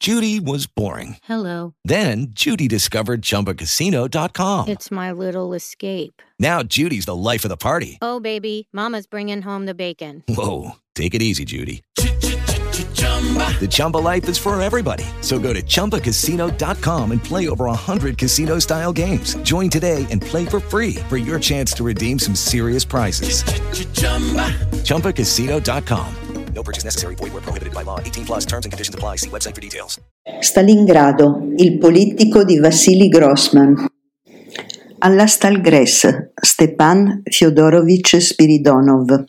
Judy was boring. Hello. Then Judy discovered ChumbaCasino.com. It's my little escape. Now Judy's the life of the party. Oh, baby, mama's bringing home the bacon. Whoa, take it easy, Judy. The Chumba life is for everybody. So go to ChumbaCasino.com and play over 100 casino-style games. Join today and play for free for your chance to redeem some serious prizes. ChumbaCasino.com. No purchase necessary. Void where prohibited by law. 18 plus terms and conditions apply. See website for details. Stalingrado, il politico di Vassili Grossman. Alla Stalgres, Stepan Fyodorovich Spiridonov.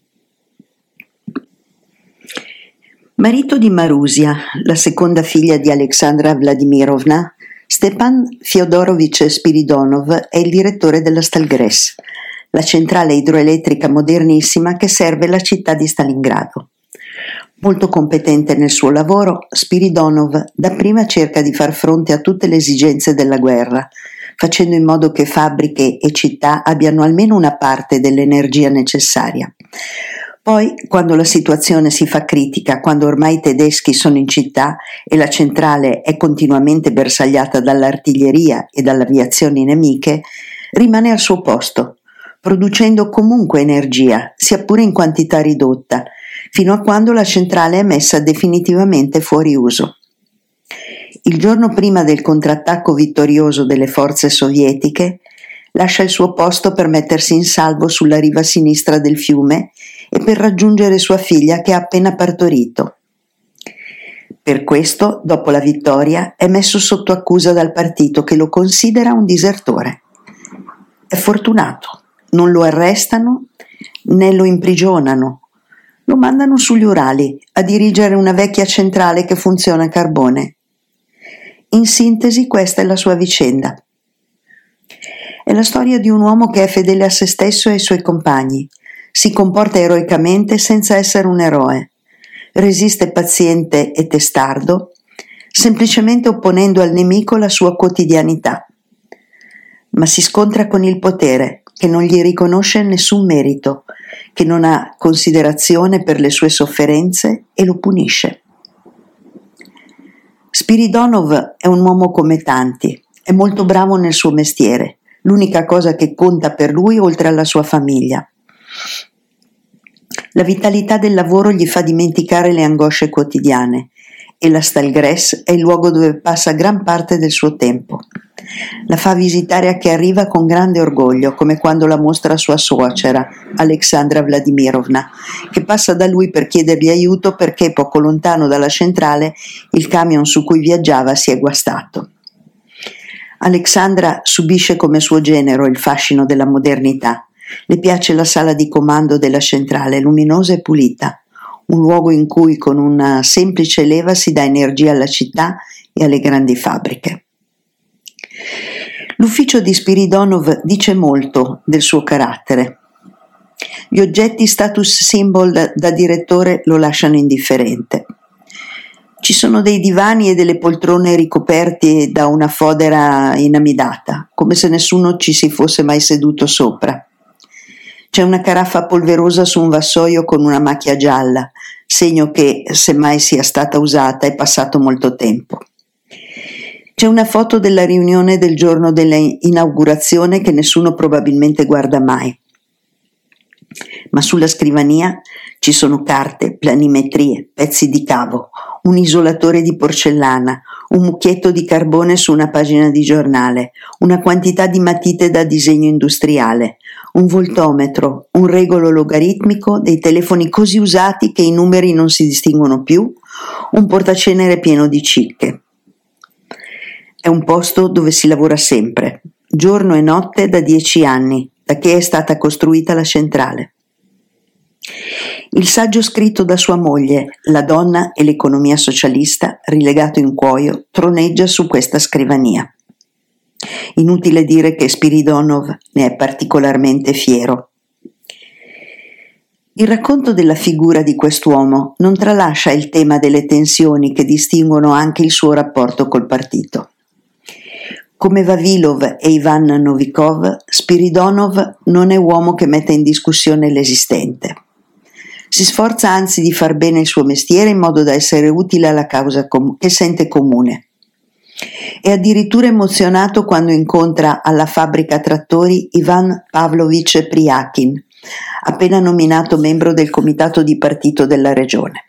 Marito di Marusia, la seconda figlia di Alexandra Vladimirovna, Stepan Fyodorovich Spiridonov è il direttore della Stalgres, la centrale idroelettrica modernissima che serve la città di Stalingrado. Molto competente nel suo lavoro, Spiridonov dapprima cerca di far fronte a tutte le esigenze della guerra, facendo in modo che fabbriche e città abbiano almeno una parte dell'energia necessaria. Poi, quando la situazione si fa critica, quando ormai i tedeschi sono in città e la centrale è continuamente bersagliata dall'artiglieria e dalle aviazioni nemiche, rimane al suo posto, producendo comunque energia, sia pure in quantità ridotta, fino a quando la centrale è messa definitivamente fuori uso. Il giorno prima del contrattacco vittorioso delle forze sovietiche, lascia il suo posto per mettersi in salvo sulla riva sinistra del fiume e per raggiungere sua figlia che ha appena partorito. Per questo, dopo la vittoria, è messo sotto accusa dal partito che lo considera un disertore. È fortunato. Non lo arrestano né lo imprigionano, lo mandano sugli Urali a dirigere una vecchia centrale che funziona a carbone. In sintesi, questa è la sua vicenda. È la storia di un uomo che è fedele a se stesso e ai suoi compagni, si comporta eroicamente senza essere un eroe, resiste paziente e testardo, semplicemente opponendo al nemico la sua quotidianità. Ma si scontra con il potere, che non gli riconosce nessun merito, che non ha considerazione per le sue sofferenze e lo punisce. Spiridonov è un uomo come tanti, è molto bravo nel suo mestiere, l'unica cosa che conta per lui oltre alla sua famiglia. La vitalità del lavoro gli fa dimenticare le angosce quotidiane e la Stalgres è il luogo dove passa gran parte del suo tempo. La fa visitare a chi arriva con grande orgoglio, come quando la mostra sua suocera, Alexandra Vladimirovna, che passa da lui per chiedergli aiuto perché poco lontano dalla centrale il camion su cui viaggiava si è guastato. Alexandra subisce come suo genero il fascino della modernità. Le piace la sala di comando della centrale, luminosa e pulita, un luogo in cui con una semplice leva si dà energia alla città e alle grandi fabbriche. L'ufficio di Spiridonov dice molto del suo carattere. Gli oggetti status symbol da direttore lo lasciano indifferente. Ci sono dei divani e delle poltrone ricoperti da una fodera inamidata, come se nessuno ci si fosse mai seduto sopra. C'è una caraffa polverosa su un vassoio con una macchia gialla, segno che, se mai sia stata usata, è passato molto tempo. C'è una foto della riunione del giorno dell'inaugurazione che nessuno probabilmente guarda mai. Ma sulla scrivania ci sono carte, planimetrie, pezzi di cavo, un isolatore di porcellana, un mucchietto di carbone su una pagina di giornale, una quantità di matite da disegno industriale, un voltometro, un regolo logaritmico, dei telefoni così usati che i numeri non si distinguono più, un portacenere pieno di cicche. È un posto dove si lavora sempre, giorno e notte da 10 anni, da che è stata costruita la centrale. Il saggio scritto da sua moglie, La donna e l'economia socialista, rilegato in cuoio, troneggia su questa scrivania. Inutile dire che Spiridonov ne è particolarmente fiero. Il racconto della figura di quest'uomo non tralascia il tema delle tensioni che distinguono anche il suo rapporto col partito. Come Vavilov e Ivan Novikov, Spiridonov non è uomo che mette in discussione l'esistente. Si sforza anzi di far bene il suo mestiere in modo da essere utile alla causa che sente comune. È addirittura emozionato quando incontra alla fabbrica trattori Ivan Pavlovich Priakin, appena nominato membro del comitato di partito della regione.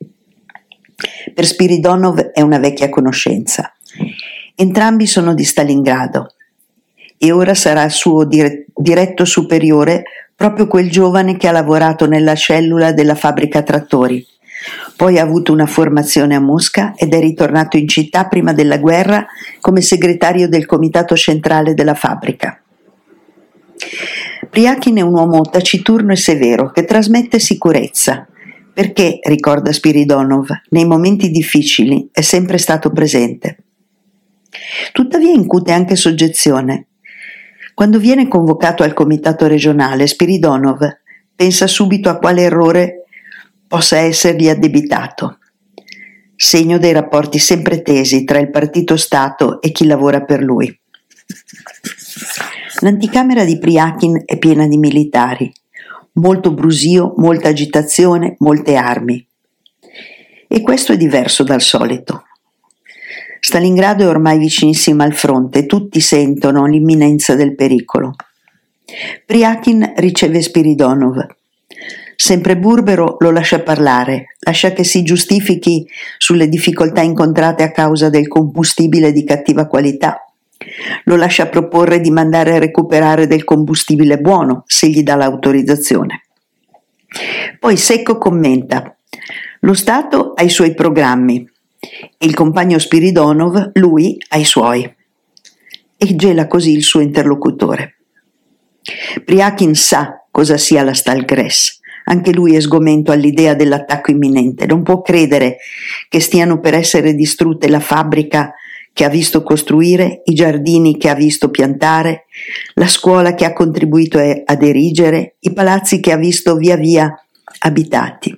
Per Spiridonov è una vecchia conoscenza. Entrambi sono di Stalingrado e ora sarà il suo diretto superiore proprio quel giovane che ha lavorato nella cellula della fabbrica trattori. Poi ha avuto una formazione a Mosca ed è ritornato in città prima della guerra come segretario del comitato centrale della fabbrica. Priakin è un uomo taciturno e severo che trasmette sicurezza perché, ricorda Spiridonov, nei momenti difficili è sempre stato presente. Tuttavia incute anche soggezione. Quando viene convocato al comitato regionale, Spiridonov pensa subito a quale errore possa essergli addebitato, segno dei rapporti sempre tesi tra il partito Stato e chi lavora per lui. L'anticamera di Priakin è piena di militari, molto brusio, molta agitazione, molte armi. E questo è diverso dal solito. Stalingrado è ormai vicinissima al fronte e tutti sentono l'imminenza del pericolo. Priakin riceve Spiridonov. Sempre burbero lo lascia parlare, lascia che si giustifichi sulle difficoltà incontrate a causa del combustibile di cattiva qualità. Lo lascia proporre di mandare a recuperare del combustibile buono, se gli dà l'autorizzazione. Poi secco commenta: lo Stato ha i suoi programmi, il compagno Spiridonov, lui, ha i suoi. E gela così il suo interlocutore. Priakin sa cosa sia la Stalgres. Anche lui è sgomento all'idea dell'attacco imminente. Non può credere che stiano per essere distrutte la fabbrica che ha visto costruire, i giardini che ha visto piantare, la scuola che ha contribuito ad erigere, i palazzi che ha visto via via abitati.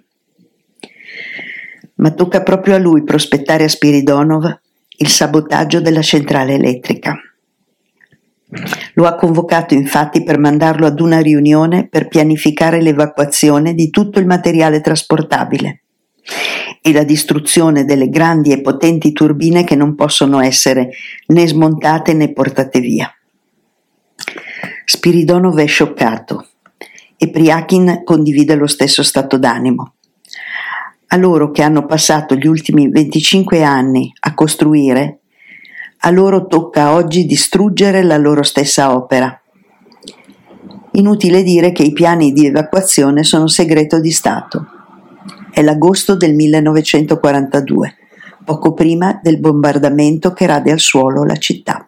Ma tocca proprio a lui prospettare a Spiridonov il sabotaggio della centrale elettrica. Lo ha convocato infatti per mandarlo ad una riunione per pianificare l'evacuazione di tutto il materiale trasportabile e la distruzione delle grandi e potenti turbine che non possono essere né smontate né portate via. Spiridonov è scioccato e Priakin condivide lo stesso stato d'animo. A loro che hanno passato gli ultimi 25 anni a costruire, a loro tocca oggi distruggere la loro stessa opera. Inutile dire che i piani di evacuazione sono segreto di Stato. È l'agosto del 1942, poco prima del bombardamento che rade al suolo la città.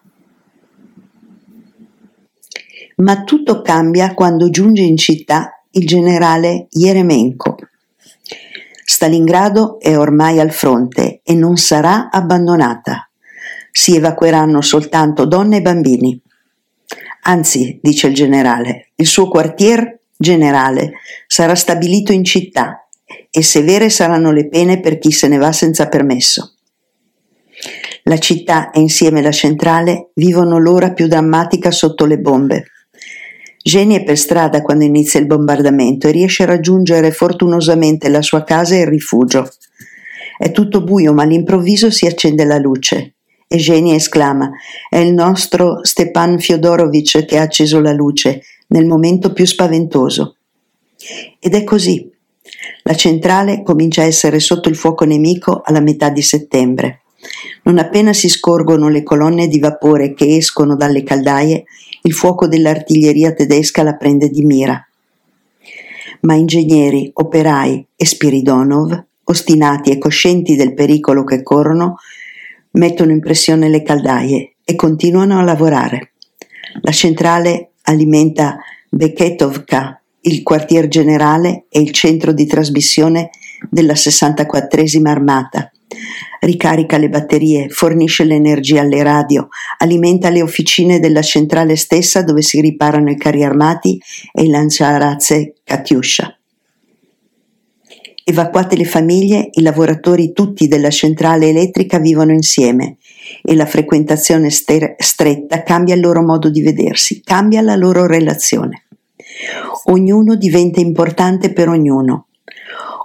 Ma tutto cambia quando giunge in città il generale Yeremenko. Stalingrado è ormai al fronte e non sarà abbandonata. Si evacueranno soltanto donne e bambini. Anzi, dice il generale, il suo quartier generale sarà stabilito in città e severe saranno le pene per chi se ne va senza permesso. La città e insieme la centrale vivono l'ora più drammatica sotto le bombe. Jenny è per strada quando inizia il bombardamento e riesce a raggiungere fortunosamente la sua casa e il rifugio. È tutto buio, ma all'improvviso si accende la luce e Jenny esclama: è il nostro Stepan Fyodorovich che ha acceso la luce nel momento più spaventoso. Ed è così. La centrale comincia a essere sotto il fuoco nemico alla metà di settembre. Non appena si scorgono le colonne di vapore che escono dalle caldaie, il fuoco dell'artiglieria tedesca la prende di mira. Ma ingegneri, operai e Spiridonov, ostinati e coscienti del pericolo che corrono, mettono in pressione le caldaie e continuano a lavorare. La centrale alimenta Beketovka, il quartier generale e il centro di trasmissione della 64esima armata. Ricarica le batterie, fornisce l'energia alle radio, alimenta le officine della centrale stessa dove si riparano i carri armati e i lanciarazze Katyusha. Evacuate le famiglie, i lavoratori tutti della centrale elettrica vivono insieme e la frequentazione stretta cambia il loro modo di vedersi, cambia la loro relazione. Ognuno diventa importante per ognuno.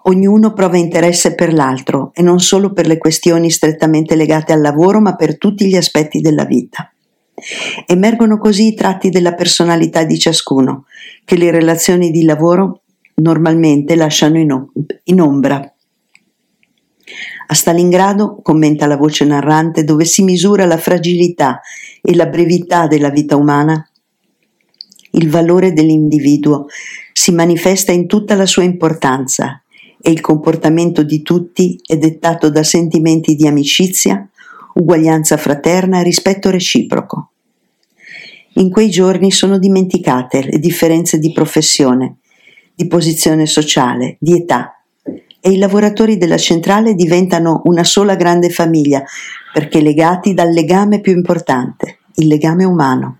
Ognuno prova interesse per l'altro e non solo per le questioni strettamente legate al lavoro, ma per tutti gli aspetti della vita. Emergono così i tratti della personalità di ciascuno, che le relazioni di lavoro normalmente lasciano in ombra. A Stalingrado, commenta la voce narrante, dove si misura la fragilità e la brevità della vita umana, il valore dell'individuo si manifesta in tutta la sua importanza e il comportamento di tutti è dettato da sentimenti di amicizia, uguaglianza fraterna e rispetto reciproco. In quei giorni sono dimenticate le differenze di professione, di posizione sociale, di età, e i lavoratori della centrale diventano una sola grande famiglia, perché legati dal legame più importante, il legame umano.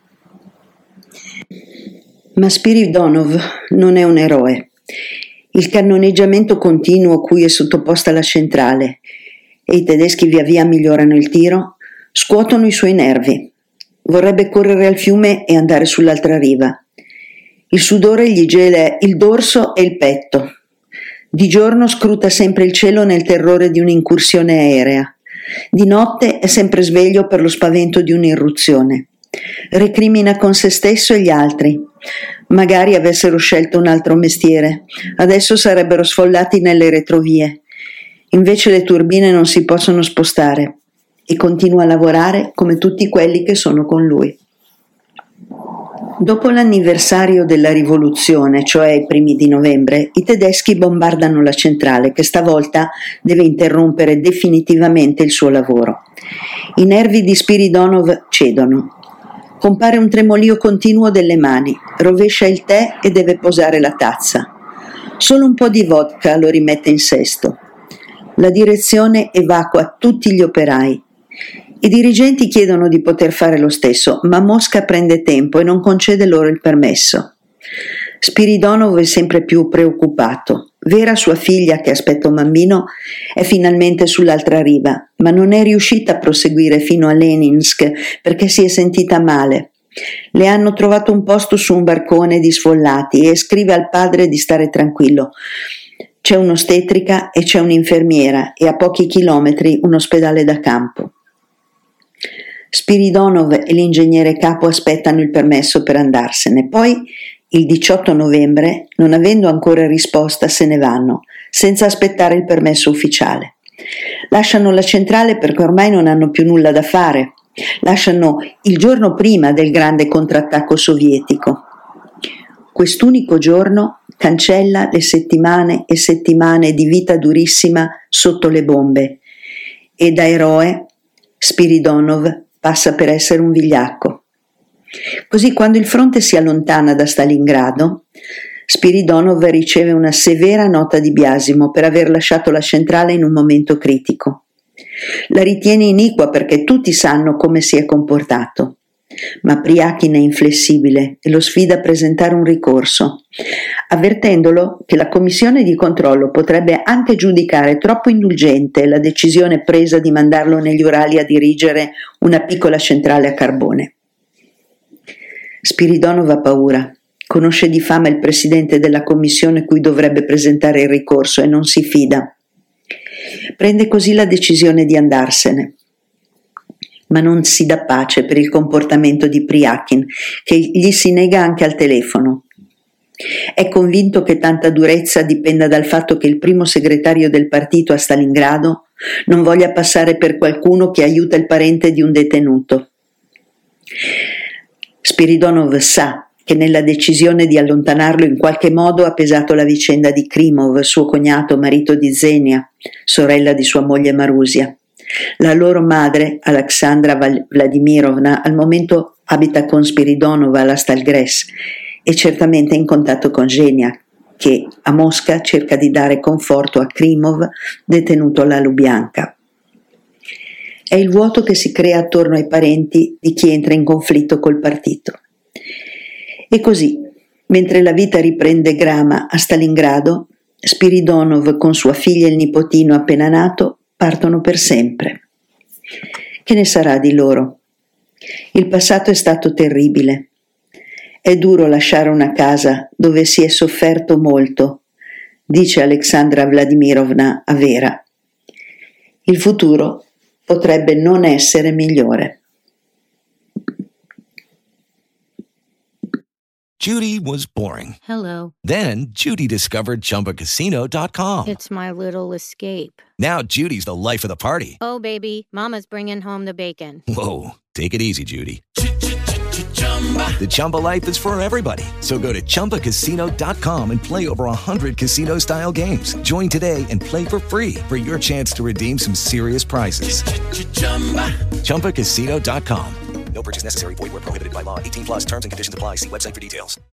Ma Spiridonov non è un eroe. Il cannoneggiamento continuo a cui è sottoposta la centrale e i tedeschi via via migliorano il tiro scuotono i suoi nervi. Vorrebbe correre al fiume e andare sull'altra riva. Il sudore gli gela il dorso e il petto. Di giorno scruta sempre il cielo nel terrore di un'incursione aerea. Di notte è sempre sveglio per lo spavento di un'irruzione. Recrimina con se stesso e gli altri. Magari avessero scelto un altro mestiere. Adesso sarebbero sfollati nelle retrovie. Invece le turbine non si possono spostare e continua a lavorare come tutti quelli che sono con lui. Dopo l'anniversario della rivoluzione, cioè i primi di novembre, i tedeschi bombardano la centrale che stavolta deve interrompere definitivamente il suo lavoro. I nervi di Spiridonov cedono. Compare un tremolio continuo delle mani, rovescia il tè e deve posare la tazza. Solo un po' di vodka lo rimette in sesto. La direzione evacua tutti gli operai. I dirigenti chiedono di poter fare lo stesso, ma Mosca prende tempo e non concede loro il permesso. Spiridonov è sempre più preoccupato. Vera, sua figlia, che aspetta un bambino, è finalmente sull'altra riva, ma non è riuscita a proseguire fino a Leninsk perché si è sentita male. Le hanno trovato un posto su un barcone di sfollati e scrive al padre di stare tranquillo. C'è un'ostetrica e c'è un'infermiera e a pochi chilometri un ospedale da campo. Spiridonov e l'ingegnere capo aspettano il permesso per andarsene. Poi, il 18 novembre, non avendo ancora risposta, se ne vanno, senza aspettare il permesso ufficiale. Lasciano la centrale perché ormai non hanno più nulla da fare. Lasciano il giorno prima del grande contrattacco sovietico. Quest'unico giorno cancella le settimane e settimane di vita durissima sotto le bombe e da eroe Spiridonov passa per essere un vigliacco. Così quando il fronte si allontana da Stalingrado, Spiridonov riceve una severa nota di biasimo per aver lasciato la centrale in un momento critico. La ritiene iniqua perché tutti sanno come si è comportato, ma Priakin è inflessibile e lo sfida a presentare un ricorso, avvertendolo che la commissione di controllo potrebbe anche giudicare troppo indulgente la decisione presa di mandarlo negli Urali a dirigere una piccola centrale a carbone. Spiridonov ha paura, conosce di fama il presidente della commissione cui dovrebbe presentare il ricorso e non si fida. Prende così la decisione di andarsene. Ma non si dà pace per il comportamento di Priakin, che gli si nega anche al telefono. È convinto che tanta durezza dipenda dal fatto che il primo segretario del partito a Stalingrado non voglia passare per qualcuno che aiuta il parente di un detenuto. Spiridonov sa che nella decisione di allontanarlo in qualche modo ha pesato la vicenda di Krimov, suo cognato, marito di Zenia, sorella di sua moglie Marusia. La loro madre, Alexandra Vladimirovna, al momento abita con Spiridonov alla Stalgres e certamente è in contatto con Zenia, che a Mosca cerca di dare conforto a Krimov, detenuto alla Lubianka. È il vuoto che si crea attorno ai parenti di chi entra in conflitto col partito. E così, mentre la vita riprende grama a Stalingrado, Spiridonov con sua figlia e il nipotino appena nato partono per sempre. Che ne sarà di loro? Il passato è stato terribile. È duro lasciare una casa dove si è sofferto molto, dice Alexandra Vladimirovna a Vera. Il futuro potrebbe non essere migliore. Judy was boring. Hello. Then Judy discovered ChumbaCasino.com. It's my little escape. Now Judy's the life of the party. Oh, baby, mama's bringing home the bacon. Whoa, take it easy, Judy. The Chumba life is for everybody. So go to ChumbaCasino.com and play over 100 casino-style games. Join today and play for free for your chance to redeem some serious prizes. ChumbaCasino.com. No purchase necessary. Void where prohibited by law. 18+ terms and conditions apply. See website for details.